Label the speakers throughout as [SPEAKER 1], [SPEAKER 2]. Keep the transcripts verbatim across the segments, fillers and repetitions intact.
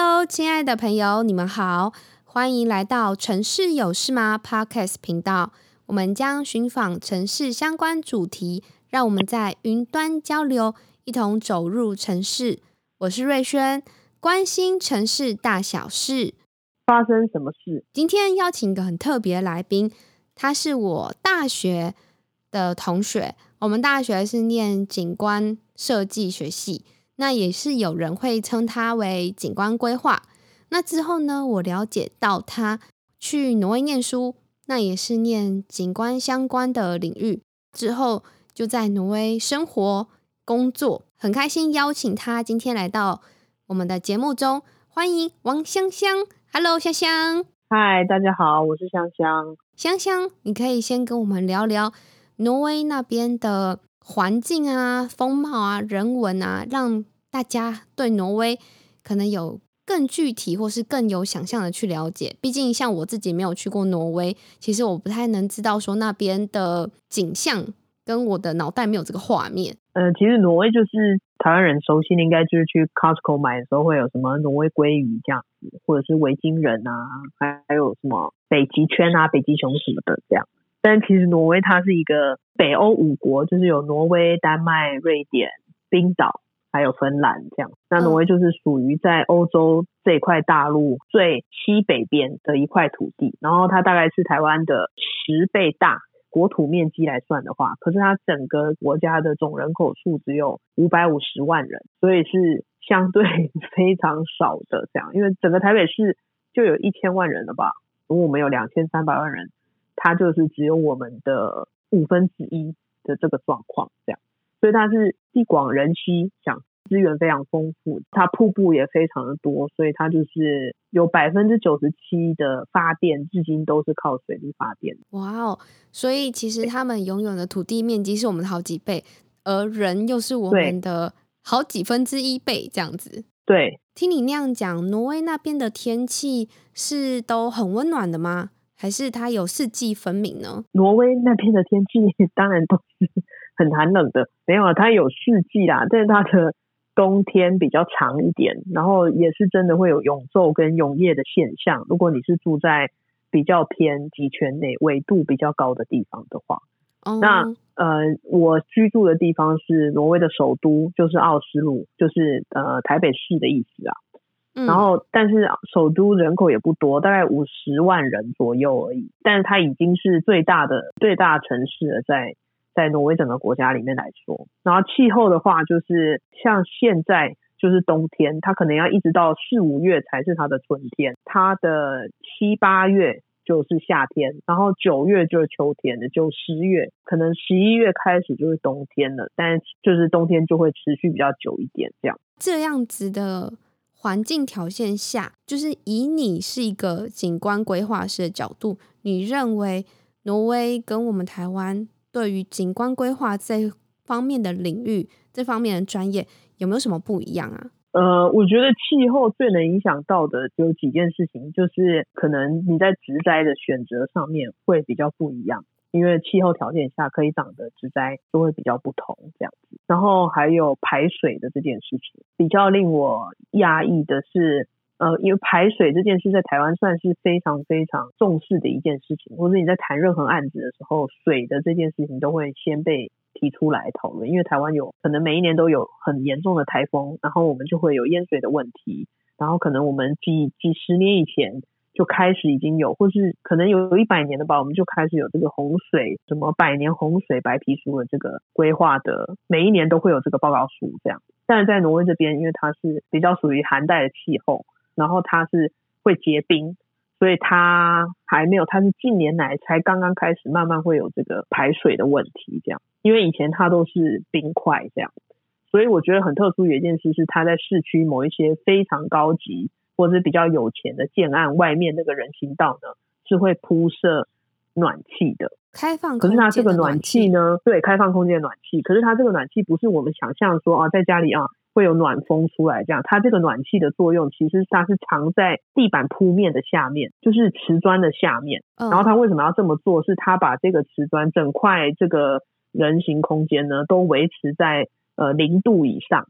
[SPEAKER 1] Hello， 亲爱的朋友，你们好，欢迎来到城市有事吗 Podcast 频道。我们将寻访城市相关主题，让我们在云端交流，一同走入城市。我是瑞轩，关心城市大小事。
[SPEAKER 2] 发生什么事？
[SPEAKER 1] 今天邀请一个很特别的来宾，他是我大学的同学。我们大学是念景观设计学系，那也是有人会称他为景观规划。那之后呢，我了解到他去挪威念书，那也是念景观相关的领域，之后就在挪威生活工作。很开心邀请他今天来到我们的节目中，欢迎王香香。Hello， 香香。
[SPEAKER 2] 嗨，大家好，我是香香。
[SPEAKER 1] 香香，你可以先跟我们聊聊挪威那边的环境啊、风貌啊、人文啊，让大家对挪威可能有更具体或是更有想象的去了解。毕竟像我自己没有去过挪威，其实我不太能知道说那边的景象，跟我的脑袋没有这个画面。
[SPEAKER 2] 呃，其实挪威就是台湾人熟悉的，应该就是去 Costco 买的时候会有什么挪威鲑鱼这样子，或者是维京人啊，还有什么北极圈啊、北极熊什么的这样。但其实挪威它是一个北欧五国，就是有挪威、丹麦、瑞典、冰岛还有芬兰这样。那挪威就是属于在欧洲这一块大陆最西北边的一块土地，然后它大概是台湾的十倍大，国土面积来算的话，可是它整个国家的总人口数只有五百五十万人，所以是相对非常少的这样。因为整个台北市就有一千万人了吧，如果我们有两千三百万人，它就是只有我们的五分之一的这个状况这样。所以它是地广人稀，讲资源非常丰富，它瀑布也非常的多，所以它就是有 百分之九十七 的发电至今都是靠水力发电。
[SPEAKER 1] 哇哦，所以其实他们拥有的土地面积是我们的好几倍，而人又是我们的好几分之一倍这样子。
[SPEAKER 2] 对，
[SPEAKER 1] 听你那样讲，挪威那边的天气是都很温暖的吗？还是它有四季分明呢？
[SPEAKER 2] 挪威那边的天气当然都是很寒冷的，没有啊，它有四季啦，但是它的冬天比较长一点，然后也是真的会有永昼跟永夜的现象。如果你是住在比较偏极圈内、纬度比较高的地方的话，哦、那呃，我居住的地方是挪威的首都，就是奥斯陆，就是呃台北市的意思啊。然后但是首都人口也不多，大概五十万人左右而已，但是它已经是最大的最大城市了，在在挪威整个国家里面来说。然后气候的话，就是像现在就是冬天，它可能要一直到四五月才是它的春天，它的七八月就是夏天，然后九月就是秋天的，九十月可能十一月开始就是冬天了，但就是冬天就会持续比较久一点这样。
[SPEAKER 1] 这样子的环境条件下，就是以你是一个景观规划师的角度，你认为挪威跟我们台湾对于景观规划这方面的领域、这方面的专业有没有什么不一样啊？
[SPEAKER 2] 呃，我觉得气候最能影响到的有几件事情，就是可能你在植栽的选择上面会比较不一样，因为气候条件下可以长的植栽就会比较不同这样子。然后还有排水的这件事情，比较令我讶异的是呃，因为排水这件事在台湾算是非常非常重视的一件事情，或者你在谈任何案子的时候，水的这件事情都会先被提出来讨论。因为台湾有可能每一年都有很严重的台风，然后我们就会有淹水的问题，然后可能我们几几十年以前就开始已经有，或是可能有一百年的吧，我们就开始有这个洪水什么百年洪水白皮书的这个规划的，每一年都会有这个报告书这样。但是在挪威这边，因为它是比较属于寒带的气候，然后它是会结冰，所以它还没有，它是近年来才刚刚开始慢慢会有这个排水的问题这样。因为以前它都是冰块这样，所以我觉得很特殊的一件事是，它在市区某一些非常高级或者是比较有钱的建案外面那个人行道呢，是会铺设暖气的，
[SPEAKER 1] 开放空间的暖气。可是
[SPEAKER 2] 它这个暖气呢，对，开放空间的暖气，可是它这个暖气不是我们想象说啊，在家里啊会有暖风出来这样，它这个暖气的作用其实它是藏在地板铺面的下面，就是瓷砖的下面、嗯、然后它为什么要这么做，是它把这个瓷砖整块这个人行空间呢都维持在呃零度以上，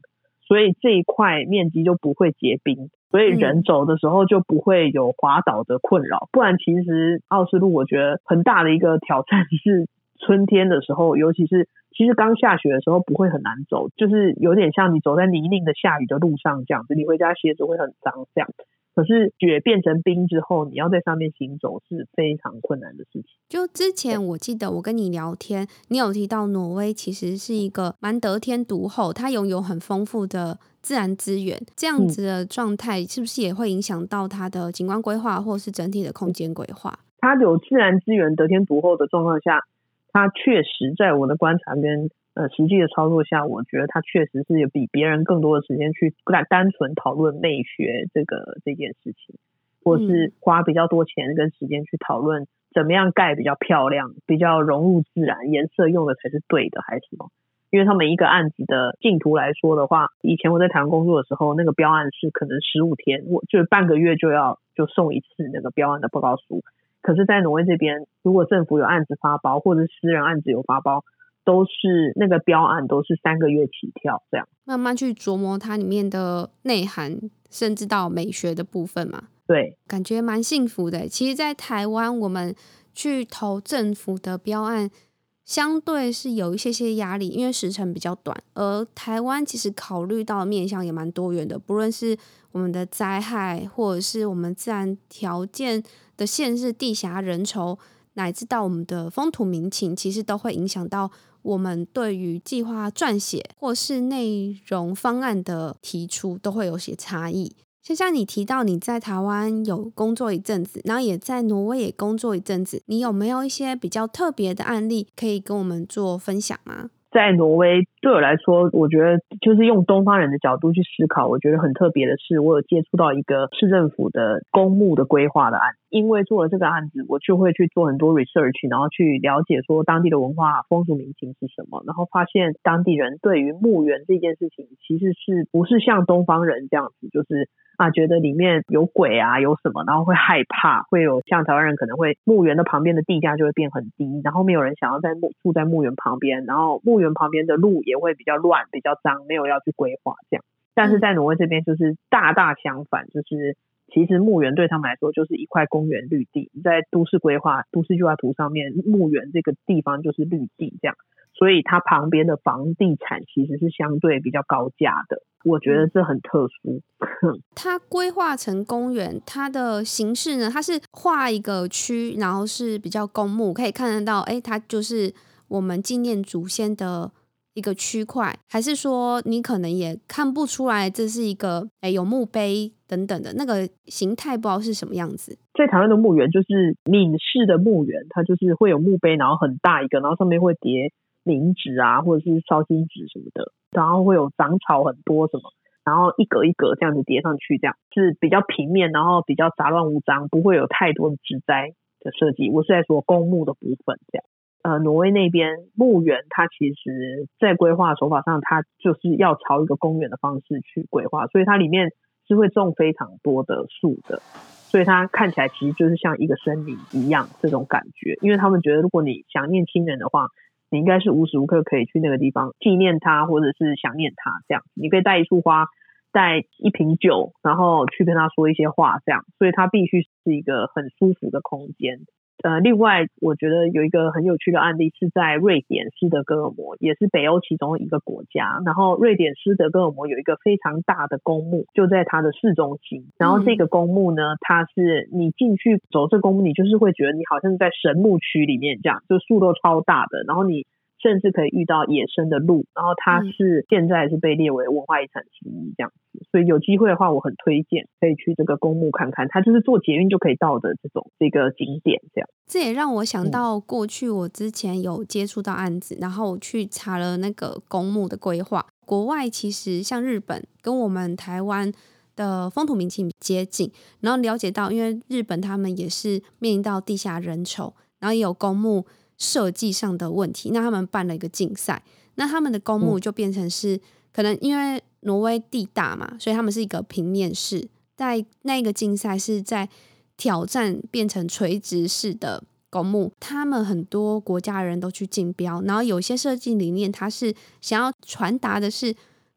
[SPEAKER 2] 所以这一块面积就不会结冰，所以人走的时候就不会有滑倒的困扰。不然其实奥斯陆我觉得很大的一个挑战是春天的时候，尤其是其实刚下雪的时候不会很难走，就是有点像你走在泥泞的下雨的路上这样子，你回家鞋子会很脏这样。可是雪变成冰之后，你要在上面行走是非常困难的事情。
[SPEAKER 1] 就之前我记得我跟你聊天，你有提到挪威其实是一个蛮得天独厚，它拥有很丰富的自然资源，这样子的状态是不是也会影响到它的景观规划或是整体的空间规划？
[SPEAKER 2] 它有自然资源得天独厚的状况下，它确实在我的观察跟呃实际的操作下，我觉得它确实是有比别人更多的时间去单纯讨论美学这个这件事情，或是花比较多钱跟时间去讨论怎么样盖比较漂亮，比较融入自然，颜色用的才是对的还是什么。因为他们一个案子的进图来说的话，以前我在台湾工作的时候，那个标案是可能十五天，我就半个月就要就送一次那个标案的报告书。可是在挪威这边，如果政府有案子发包，或者私人案子有发包，都是那个标案都是三个月起跳，这样
[SPEAKER 1] 慢慢去琢磨它里面的内涵，甚至到美学的部分嘛。
[SPEAKER 2] 对，
[SPEAKER 1] 感觉蛮幸福的。其实在台湾我们去投政府的标案相对是有一些些压力，因为时程比较短，而台湾其实考虑到的面向也蛮多元的，不论是我们的灾害，或者是我们自然条件的限制、地狭人稠，乃至到我们的风土民情，其实都会影响到我们对于计划撰写或是内容方案的提出都会有些差异。就像你提到你在台湾有工作一阵子，然后也在挪威也工作一阵子，你有没有一些比较特别的案例可以跟我们做分享吗？
[SPEAKER 2] 在挪威对我来说，我觉得就是用东方人的角度去思考，我觉得很特别的是，我有接触到一个市政府的公墓的规划的案。因为做了这个案子，我就会去做很多 research， 然后去了解说当地的文化风俗民情是什么，然后发现当地人对于墓园这件事情其实是不是像东方人这样子，就是啊觉得里面有鬼啊有什么，然后会害怕，会有像台湾人可能会墓园的旁边的地价就会变很低，然后没有人想要在墓住在墓园旁边，然后墓园旁边的路也会比较乱比较脏，没有要去规划这样。但是在挪威这边就是大大相反，就是其实墓园对他们来说就是一块公园绿地，在都市规划都市计划图上面，墓园这个地方就是绿地这样，所以它旁边的房地产其实是相对比较高价的，我觉得这很特殊。
[SPEAKER 1] 它规划成公园，它的形式呢，它是画一个区，然后是比较公墓，可以看得到哎，它就是我们纪念祖先的一个区块，还是说你可能也看不出来这是一个诶有墓碑等等的那个形态，不知道是什么样子？
[SPEAKER 2] 在台湾的墓园就是闽式的墓园，它就是会有墓碑，然后很大一个，然后上面会叠冥纸啊或者是烧金纸什么的，然后会有长草很多什么，然后一格一格这样子叠上去，这样是比较平面，然后比较杂乱无章，不会有太多的植栽的设计。我是在说公墓的部分这样。呃，挪威那边墓园它其实在规划手法上，它就是要朝一个公园的方式去规划，所以它里面是会种非常多的树的，所以它看起来其实就是像一个森林一样这种感觉。因为他们觉得如果你想念亲人的话，你应该是无时无刻可以去那个地方纪念他或者是想念他这样，你可以带一束花带一瓶酒，然后去跟他说一些话这样，所以它必须是一个很舒服的空间。呃，另外我觉得有一个很有趣的案例是在瑞典斯德哥尔摩，也是北欧其中一个国家，然后瑞典斯德哥尔摩有一个非常大的公墓就在它的市中心，然后这个公墓呢，它是你进去走这公墓，你就是会觉得你好像在神墓区里面这样，就树都超大的，然后你甚至可以遇到野生的鹿，然后它是现在是被列为文化遗产之一这样子，所以有机会的话我很推荐可以去这个公墓看看，它就是坐捷运就可以到的这种这个景点这样。
[SPEAKER 1] 这也让我想到过去我之前有接触到案子，然后我去查了那个公墓的规划，国外其实像日本跟我们台湾的风土民情接近，然后了解到因为日本他们也是面临到地下人稠，然后也有公墓设计上的问题，那他们办了一个竞赛，那他们的公墓就变成是、嗯、可能因为挪威地大嘛，所以他们是一个平面式，在那个竞赛是在挑战变成垂直式的公墓，他们很多国家人都去竞标，然后有些设计理念它是想要传达的是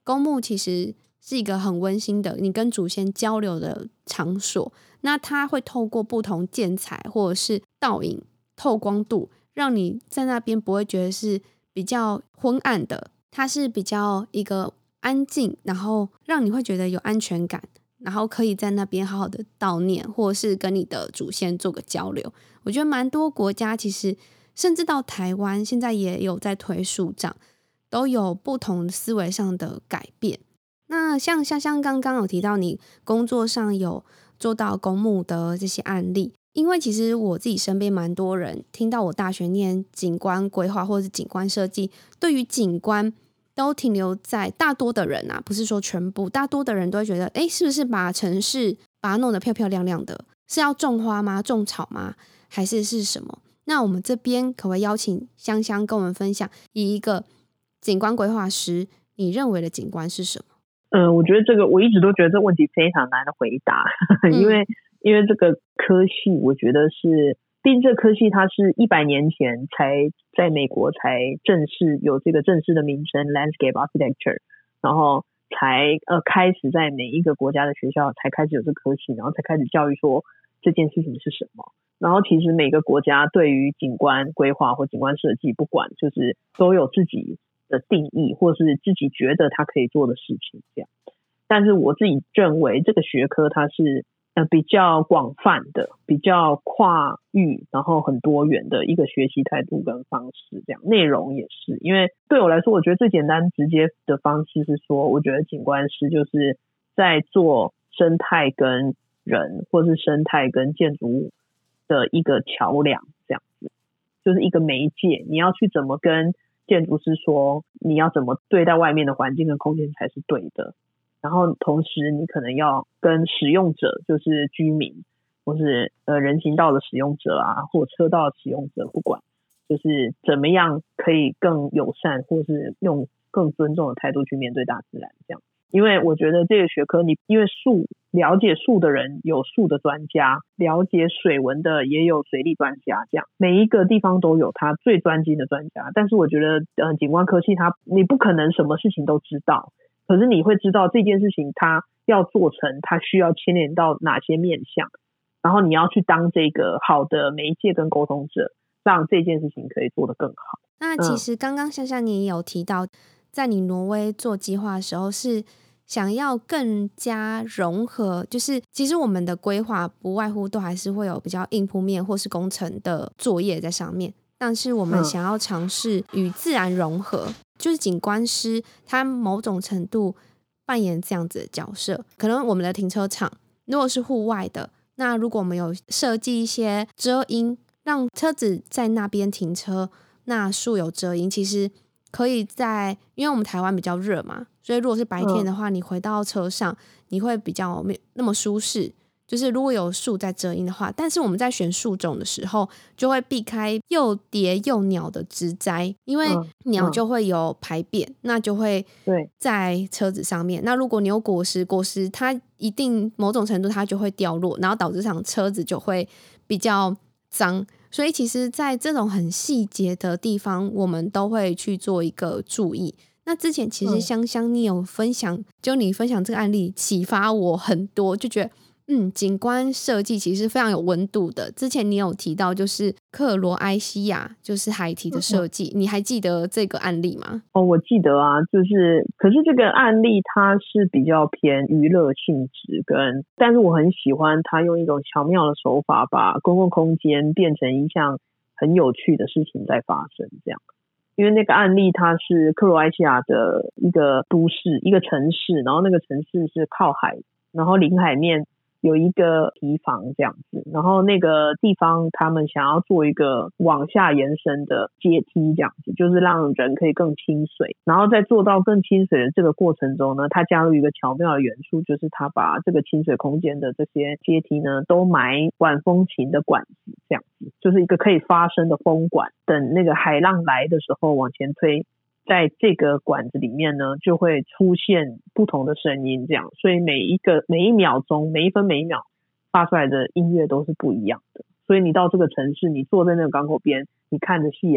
[SPEAKER 1] 公墓其实是一个很温馨的你跟祖先交流的场所，那它会透过不同建材或者是倒影透光度，让你在那边不会觉得是比较昏暗的，它是比较一个安静，然后让你会觉得有安全感，然后可以在那边好好的悼念，或者是跟你的祖先做个交流。我觉得蛮多国家其实甚至到台湾现在也有在推树葬，都有不同思维上的改变。那像像像刚刚有提到你工作上有做到公墓的这些案例，因为其实我自己身边蛮多人听到我大学念景观规划或是景观设计，对于景观都停留在大多的人啊，不是说全部，大多的人都会觉得，哎，是不是把城市把它弄得漂漂亮亮的，是要种花吗？种草吗？还是是什么？那我们这边可不可以邀请香香跟我们分享，以一个景观规划师，你认为的景观是什么？
[SPEAKER 2] 嗯，我觉得这个我一直都觉得这个问题非常难的回答，因为、嗯、因为这个科系，我觉得是，毕竟这个科系它是一百年前才在美国才正式有这个正式的名称 Landscape Architecture， 然后才呃开始在每一个国家的学校才开始有这个科系，然后才开始教育说这件事情是什么。然后其实每个国家对于景观规划或景观设计，不管就是都有自己的定义，或是自己觉得他可以做的事情这样。但是我自己认为这个学科它是呃比较广泛的，比较跨域，然后很多元的一个学习态度跟方式这样。内容也是，因为对我来说，我觉得最简单直接的方式是说，我觉得景观师就是在做生态跟人，或是生态跟建筑物的一个桥梁这样子，就是一个媒介。你要去怎么跟建筑师说你要怎么对待外面的环境跟空间才是对的，然后同时你可能要跟使用者，就是居民或是呃人行道的使用者啊，或车道的使用者，不管就是怎么样可以更友善，或是用更尊重的态度去面对大自然这样。因为我觉得这个学科，你因为树了解树的人有树的专家，了解水文的也有水利专家，这样每一个地方都有他最专精的专家。但是我觉得呃，景观科系它你不可能什么事情都知道，可是你会知道这件事情它要做成，它需要牵连到哪些面向，然后你要去当这个好的媒介跟沟通者，让这件事情可以做得更好。
[SPEAKER 1] 那其实刚刚香香你也有提到，嗯在你挪威做计划的时候是想要更加融合，就是其实我们的规划不外乎都还是会有比较硬铺面或是工程的作业在上面，但是我们想要尝试与自然融合、嗯、就是景观师他某种程度扮演这样子的角色。可能我们的停车场如果是户外的，那如果我们有设计一些遮阴，让车子在那边停车，那树有遮阴，其实可以在，因为我们台湾比较热嘛，所以如果是白天的话、嗯、你回到车上你会比较没那么舒适，就是如果有树在遮阴的话。但是我们在选树种的时候就会避开又蝶又鸟的植栽，因为鸟就会有排便、嗯、那就会在车子上面。那如果你有果实，果实它一定某种程度它就会掉落，然后导致上车子就会比较脏。所以其实在这种很细节的地方我们都会去做一个注意。那之前其实香香你有分享、嗯、就你分享这个案例启发我很多，就觉得嗯，景观设计其实非常有温度的。之前你有提到就是克罗埃西亚就是海堤的设计、嗯、你还记得这个案例吗？
[SPEAKER 2] 哦，我记得啊，就是可是这个案例它是比较偏娱乐性质，跟但是我很喜欢它用一种巧妙的手法把公共空间变成一项很有趣的事情在发生这样。因为那个案例它是克罗埃西亚的一个都市，一个城市，然后那个城市是靠海，然后临海面有一个堤防这样子，然后那个地方他们想要做一个往下延伸的阶梯这样子，就是让人可以更亲水。然后在做到更亲水的这个过程中呢，他加入一个巧妙的元素，就是他把这个亲水空间的这些阶梯呢都埋管风琴的管子这样子，就是一个可以发声的风管，等那个海浪来的时候往前推，在这个管子里面呢就会出现不同的声音这样，所以每一个每一秒钟每一分每一秒发出来的音乐都是不一样的。所以你到这个城市，你坐在那个港口边，你看着夕阳，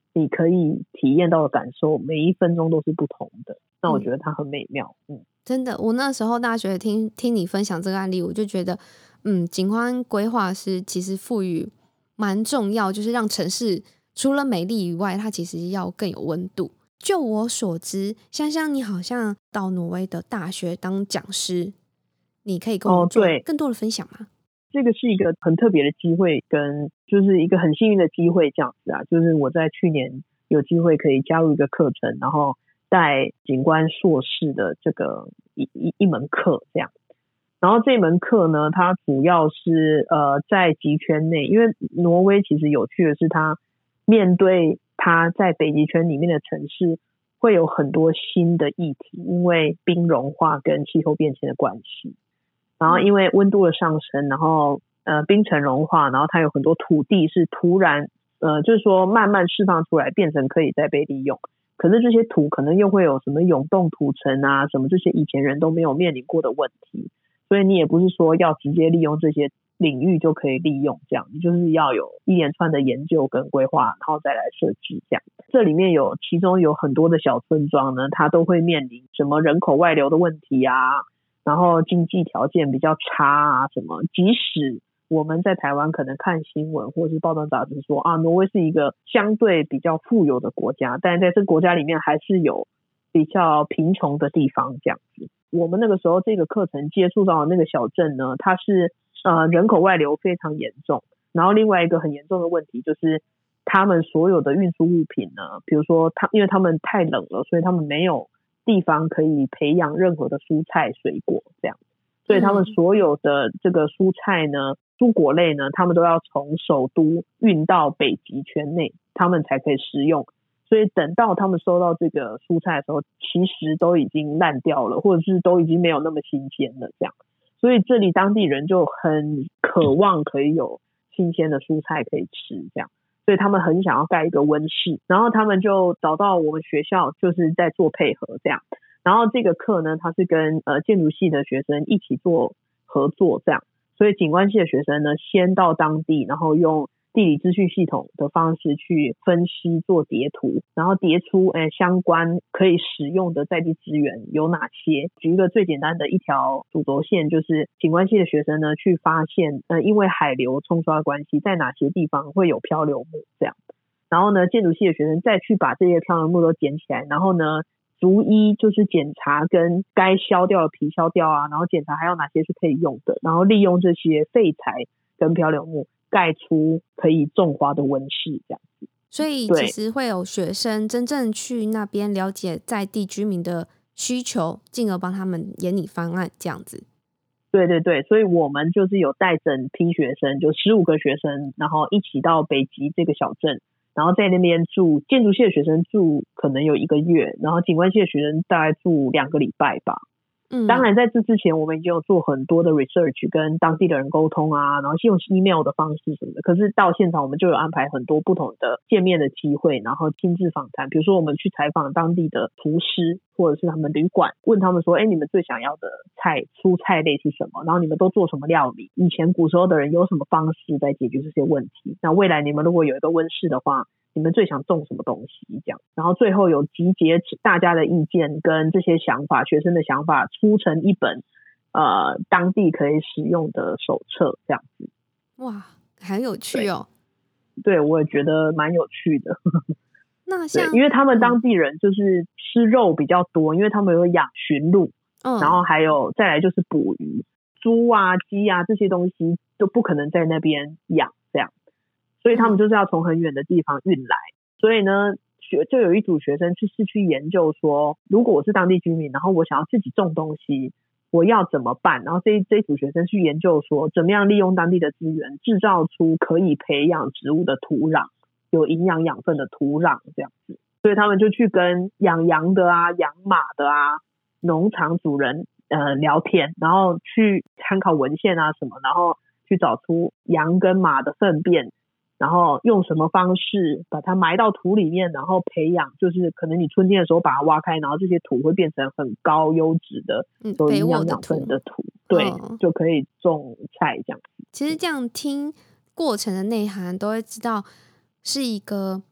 [SPEAKER 2] 你可以体验到的感受每一分钟都是不同的，那我觉得它很美妙。嗯，嗯
[SPEAKER 1] 真的，我那时候大学听听你分享这个案例，我就觉得，嗯，景观规划师其实赋予蛮重要，就是让城市除了美丽以外，它其实要更有温度。就我所知，香香你好像到挪威的大学当讲师，你可以跟我们做更多的分享吗？
[SPEAKER 2] 这个是一个很特别的机会，跟就是一个很幸运的机会这样子啊，就是我在去年有机会可以加入一个课程，然后带景观硕士的这个一一一门课这样。然后这门课呢，它主要是呃在极圈内，因为挪威其实有趣的是，它面对它在北极圈里面的城市，会有很多新的议题，因为冰融化跟气候变迁的关系。然后因为温度的上升，然后呃冰层融化，然后它有很多土地是突然呃就是说慢慢释放出来，变成可以再被利用。可是这些土可能又会有什么涌动土层啊，什么这些以前人都没有面临过的问题，所以你也不是说要直接利用这些领域就可以利用，这样你就是要有一连串的研究跟规划，然后再来设计这样。这里面有其中有很多的小村庄呢，它都会面临什么人口外流的问题啊，然后经济条件比较差啊什么，即使我们在台湾可能看新闻或者是报章杂志说啊，挪威是一个相对比较富有的国家，但是在这个国家里面还是有比较贫穷的地方这样子。我们那个时候这个课程接触到的那个小镇呢，它是呃人口外流非常严重，然后另外一个很严重的问题就是他们所有的运输物品呢，比如说他因为他们太冷了，所以他们没有地方可以培养任何的蔬菜水果这样，所以他们所有的这个蔬菜呢，蔬果类呢，他们都要从首都运到北极圈内，他们才可以食用。所以等到他们收到这个蔬菜的时候，其实都已经烂掉了，或者是都已经没有那么新鲜了这样。所以这里当地人就很渴望可以有新鲜的蔬菜可以吃这样，所以他们很想要盖一个温室，然后他们就找到我们学校，就是在做配合这样。然后这个课呢，它是跟呃建筑系的学生一起做合作这样，所以景观系的学生呢，先到当地，然后用地理资讯系统的方式去分析做叠图，然后叠出呃相关可以使用的在地资源有哪些。举一个最简单的一条主轴线，就是景观系的学生呢去发现呃因为海流冲刷的关系，在哪些地方会有漂流木这样。然后呢建筑系的学生再去把这些漂流木都捡起来，然后呢逐一就是检查跟该削掉的皮削掉啊，然后检查还有哪些是可以用的，然后利用这些废材跟漂流木盖出可以种花的温室这样子。
[SPEAKER 1] 所以其实会有学生真正去那边了解在地居民的需求，进而帮他们研拟方案这样子。
[SPEAKER 2] 对对对，所以我们就是有带整批学生，就十五个学生，然后一起到北极这个小镇，然后在那边住，建筑系的学生住可能有一个月，然后景观系的学生大概住两个礼拜吧。嗯，当然在这之前我们已经有做很多的 research 跟当地的人沟通啊，然后用 email 的方式什么的，可是到现场我们就有安排很多不同的见面的机会，然后亲自访谈，比如说我们去采访当地的厨师或者是他们旅馆，问他们说，哎，你们最想要的菜蔬菜类是什么，然后你们都做什么料理，以前古时候的人有什么方式在解决这些问题，那未来你们如果有一个温室的话，你们最想种什么东西这样，然后最后有集结大家的意见跟这些想法，学生的想法，出成一本呃当地可以使用的手册这样子。
[SPEAKER 1] 哇，很有趣哦。
[SPEAKER 2] 对，对我也觉得蛮有趣的。
[SPEAKER 1] 那像
[SPEAKER 2] 因为他们当地人就是吃肉比较多，嗯、因为他们有养驯鹿，嗯，然后还有再来就是捕鱼，猪啊鸡啊这些东西都不可能在那边养这样。所以他们就是要从很远的地方运来，所以呢学就有一组学生去是去研究说，如果我是当地居民，然后我想要自己种东西，我要怎么办，然后这这一组学生去研究说怎么样利用当地的资源制造出可以培养植物的土壤，有营养养分的土壤这样子。所以他们就去跟养羊的啊养马的啊农场主人呃聊天，然后去参考文献啊什么，然后去找出羊跟马的粪便，然后用什么方式把它埋到土里面，然后培养，就是可能你春天的时候把它挖开，然后这些土会变成很高优质的有营养养分的土，对、嗯，就可以种菜这样子。
[SPEAKER 1] 其实这样听过程的内涵都会知道是一个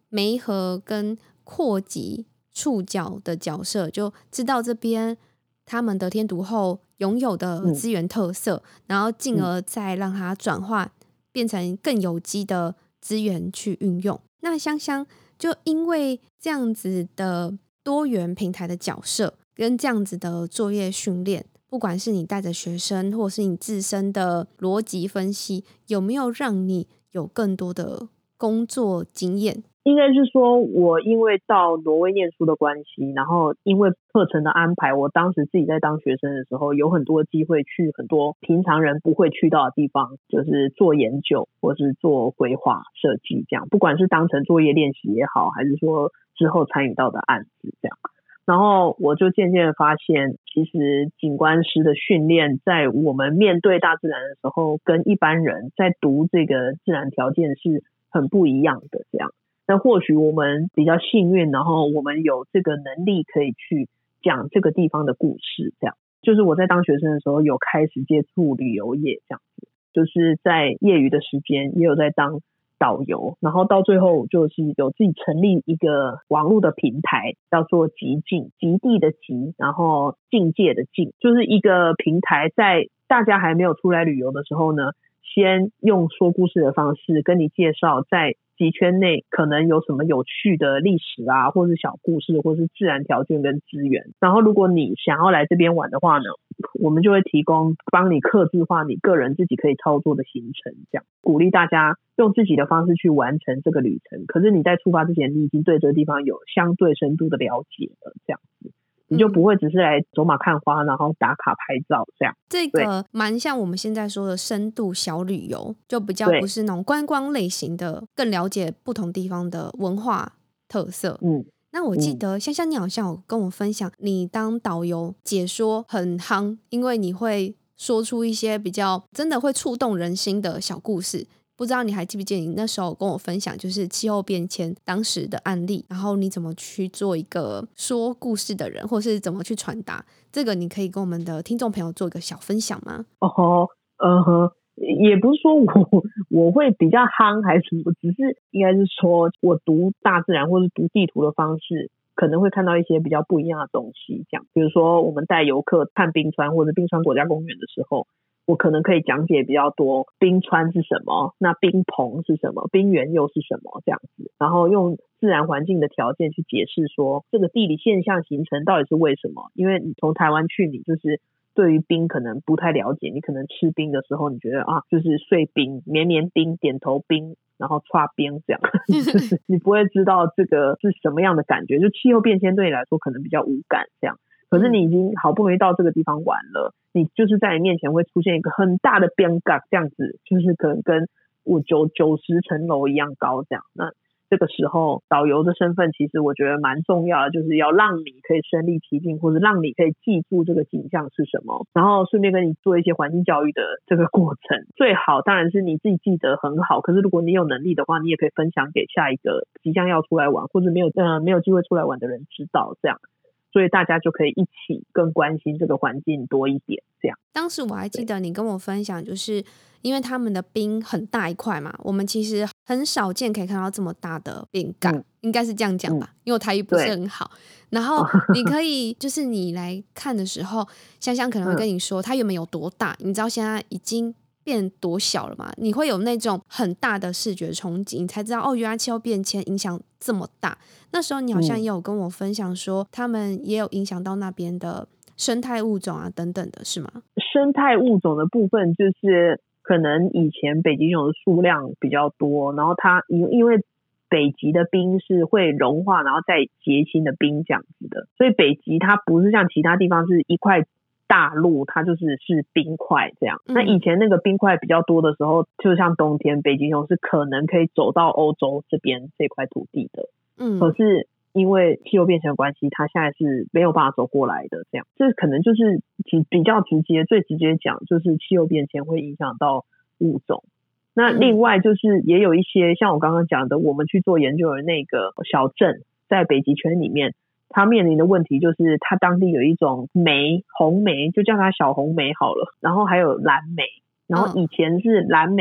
[SPEAKER 1] 媒合跟扩及触角的角色，就知道这边他们得天独厚拥有的资源特色、嗯、然后进而再让它转化变成更有机的资源去运用。那香香就因为这样子的多元平台的角色跟这样子的作业训练，不管是你带着学生或是你自身的逻辑分析，有没有让你有更多的工作经验？
[SPEAKER 2] 应该是说我因为到挪威念书的关系，然后因为课程的安排，我当时自己在当学生的时候有很多机会去很多平常人不会去到的地方，就是做研究或是做规划设计，这样不管是当成作业练习也好，还是说之后参与到的案子这样。然后我就渐渐的发现，其实景观师的训练在我们面对大自然的时候，跟一般人在读这个自然条件是很不一样的这样。那或许我们比较幸运，然后我们有这个能力可以去讲这个地方的故事这样。就是我在当学生的时候有开始接触旅游业这样子，就是在业余的时间也有在当导游，然后到最后就是有自己成立一个网络的平台，叫做极境，极地的极，然后境界的境，就是一个平台，在大家还没有出来旅游的时候呢，先用说故事的方式跟你介绍在极圈内可能有什么有趣的历史啊，或是小故事，或是自然条件跟资源。然后如果你想要来这边玩的话呢，我们就会提供帮你客制化你个人自己可以操作的行程，这样鼓励大家用自己的方式去完成这个旅程。可是你在出发之前，你已经对这个地方有相对深度的了解了，这样子你就不会只是来走马看花，然后打卡拍照这样。
[SPEAKER 1] 这个蛮像我们现在说的深度小旅游，就比较不是那种观光类型的，更了解不同地方的文化特色。嗯，那我记得香香你好像有跟我分享，你当导游解说很夯，因为你会说出一些比较真的会触动人心的小故事。不知道你还记不记得你那时候跟我分享就是气候变迁当时的案例，然后你怎么去做一个说故事的人，或是怎么去传达，这个你可以跟我们的听众朋友做一个小分享吗？
[SPEAKER 2] 哦，呃呵，也不是说我我会比较夯还是什么，只是应该是说我读大自然或是读地图的方式可能会看到一些比较不一样的东西，这样比如说我们带游客看冰川或者冰川国家公园的时候，我可能可以讲解比较多冰川是什么，那冰棚是什么，冰原又是什么这样子，然后用自然环境的条件去解释说这个地理现象形成到底是为什么。因为你从台湾去，你就是对于冰可能不太了解，你可能吃冰的时候你觉得啊就是碎冰绵绵冰点头冰然后唰冰这样就是你不会知道这个是什么样的感觉，就气候变迁对你来说可能比较无感这样。可是你已经好不容易到这个地方玩了，你就是在你面前会出现一个很大的边角这样子，就是可能跟我九九十层楼一样高这样。那这个时候导游的身份其实我觉得蛮重要的，就是要让你可以身临其境，或者让你可以记住这个景象是什么，然后顺便跟你做一些环境教育的这个过程。最好当然是你自己记得很好，可是如果你有能力的话，你也可以分享给下一个即将要出来玩或者没有呃没有机会出来玩的人知道，这样所以大家就可以一起更关心这个环境多一点这样。
[SPEAKER 1] 当时我还记得你跟我分享，就是因为他们的冰很大一块嘛，我们其实很少见可以看到这么大的冰盖、嗯、应该是这样讲吧、嗯、因为我台语不是很好。然后你可以就是你来看的时候，香香可能会跟你说它原本有多大，你知道现在已经变多小了嘛？你会有那种很大的视觉冲击，你才知道哦，原来气候变迁影响这么大。那时候你好像也有跟我分享说、嗯、他们也有影响到那边的生态物种啊等等的，是吗？
[SPEAKER 2] 生态物种的部分就是可能以前北极熊的数量比较多，然后它因为北极的冰是会融化然后再结晶的冰这样子的，所以北极它不是像其他地方是一块大陆，它就是是冰块这样、嗯、那以前那个冰块比较多的时候，就像冬天北极熊是可能可以走到欧洲这边这块土地的，嗯，可是因为气候变迁的关系，它现在是没有办法走过来的这样。这可能就是比较直接最直接讲就是气候变迁会影响到物种。那另外就是也有一些像我刚刚讲的，我们去做研究的那个小镇在北极圈里面，它面临的问题就是它当地有一种莓，红莓就叫它小红莓好了，然后还有蓝莓，然后以前是蓝莓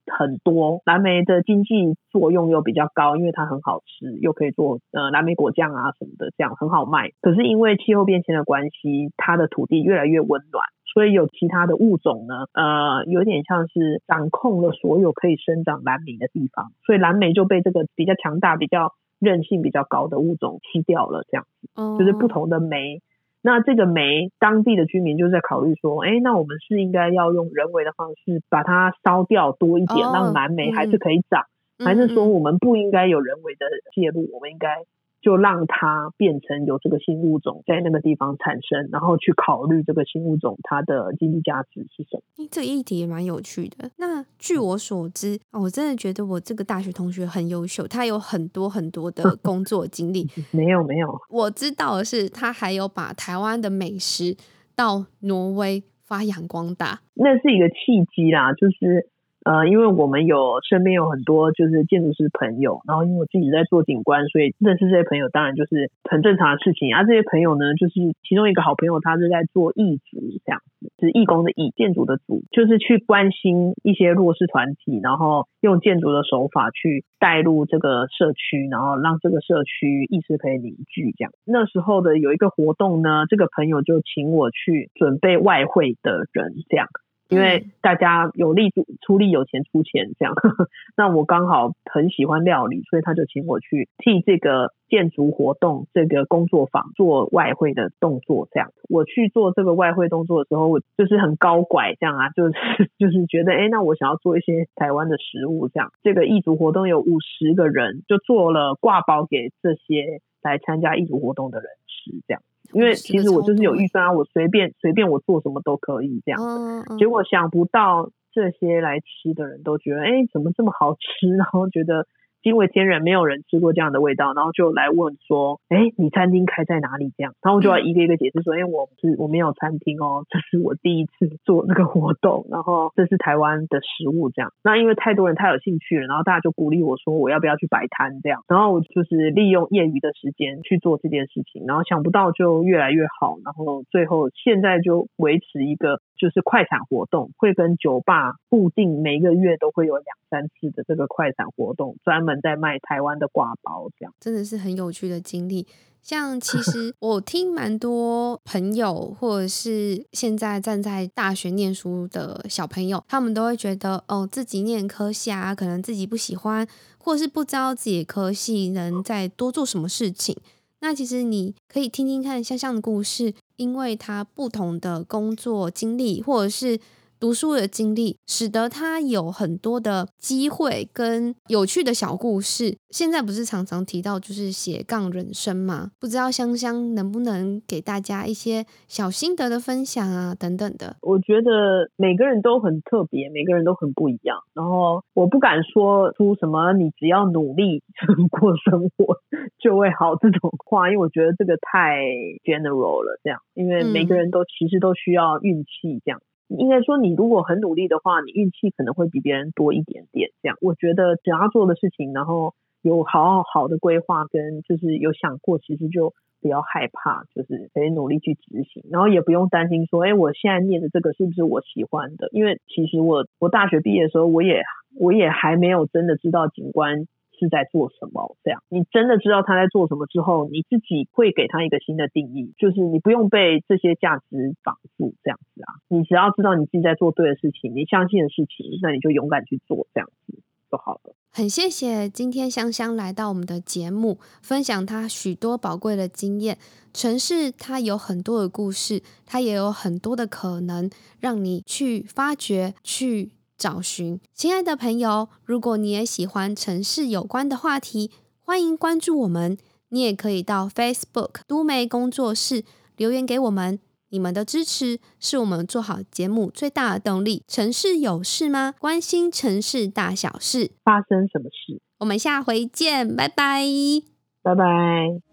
[SPEAKER 2] 很多，蓝莓的经济作用又比较高，因为它很好吃，又可以做呃蓝莓果酱啊什么的，这样很好卖。可是因为气候变迁的关系，它的土地越来越温暖，所以有其他的物种呢，呃，有点像是掌控了所有可以生长蓝莓的地方，所以蓝莓就被这个比较强大、比较韧性比较高的物种吃掉了，这样子，就是不同的莓。那这个煤当地的居民就在考虑说，哎，那我们是应该要用人为的方式把它烧掉多一点，哦、让蓝莓还是可以长，嗯、还是说我们不应该有人为的介入，我们应该就让它变成有这个新物种在那个地方产生，然后去考虑这个新物种它的经济价值是什么。
[SPEAKER 1] 这个议题也蛮有趣的。那据我所知、哦、我真的觉得我这个大学同学很优秀，他有很多很多的工作经历
[SPEAKER 2] 没有没有，
[SPEAKER 1] 我知道的是他还有把台湾的美食到挪威发扬光大。
[SPEAKER 2] 那是一个契机啦，就是呃，因为我们有身边有很多就是建筑师朋友，然后因为我自己在做景观，所以认识这些朋友当然就是很正常的事情。啊，这些朋友呢，就是其中一个好朋友，他是在做义族这样子，就是义工的义，建筑的族，就是去关心一些弱势团体，然后用建筑的手法去带入这个社区，然后让这个社区意识可以凝聚这样。那时候的有一个活动呢，这个朋友就请我去准备外汇的人这样。因为大家有力出力，有钱出钱这样，那我刚好很喜欢料理，所以他就请我去替这个建筑活动这个工作坊做外汇的动作这样。我去做这个外汇动作的时候，我就是很高拐这样啊，就是就是觉得哎，那我想要做一些台湾的食物这样。这个义族活动有五十个人，就做了挂包给这些来参加义族活动的人吃这样。因为其实我就是有预算啊，我随便随便我做什么都可以这样、嗯嗯、结果想不到这些来吃的人都觉得哎，怎么这么好吃，然后觉得惊为天人，没有人吃过这样的味道，然后就来问说哎，你餐厅开在哪里这样，然后我就要一个一个解释说哎、嗯，我是我没有餐厅哦，这是我第一次做这个活动，然后这是台湾的食物这样。那因为太多人太有兴趣了，然后大家就鼓励我说我要不要去摆摊这样，然后我就是利用业余的时间去做这件事情，然后想不到就越来越好，然后最后现在就维持一个就是快闪活动，会跟酒吧固定每个月都会有两三次的这个快闪活动，专门在卖台湾的挂包这样。
[SPEAKER 1] 真的是很有趣的经历。像其实我听蛮多朋友或者是现在站在大学念书的小朋友，他们都会觉得哦，自己念科系啊，可能自己不喜欢，或是不知道自己的科系能再多做什么事情。那其实你可以听听看香香的故事，因为他不同的工作经历或者是读书的经历，使得他有很多的机会跟有趣的小故事。现在不是常常提到就是斜杠人生嘛，不知道香香能不能给大家一些小心得的分享啊等等的。
[SPEAKER 2] 我觉得每个人都很特别，每个人都很不一样，然后我不敢说出什么你只要努力过生活就会好这种话，因为我觉得这个太 general 了这样，因为每个人都其实都需要运气这样、嗯、应该说你如果很努力的话，你运气可能会比别人多一点点这样。我觉得只要做的事情，然后有好好好的规划跟就是有想过，其实就不要害怕，就是可以努力去执行，然后也不用担心说哎，我现在念的这个是不是我喜欢的。因为其实我我大学毕业的时候，我也我也还没有真的知道景观是在做什么这样。你真的知道他在做什么之后，你自己会给他一个新的定义，就是你不用被这些价值绑住这样子啊。你只要知道你自己在做对的事情，你相信的事情，那你就勇敢去做这样子就好了。
[SPEAKER 1] 很谢谢今天香香来到我们的节目，分享她许多宝贵的经验。城市它有很多的故事，它也有很多的可能让你去发掘去找寻。亲爱的朋友，如果你也喜欢城市有关的话题，欢迎关注我们。你也可以到 Facebook 都媒工作室留言给我们，你们的支持是我们做好节目最大的动力。城市有事吗？关心城市大小事，
[SPEAKER 2] 发生什么事？
[SPEAKER 1] 我们下回见，拜拜，
[SPEAKER 2] 拜拜。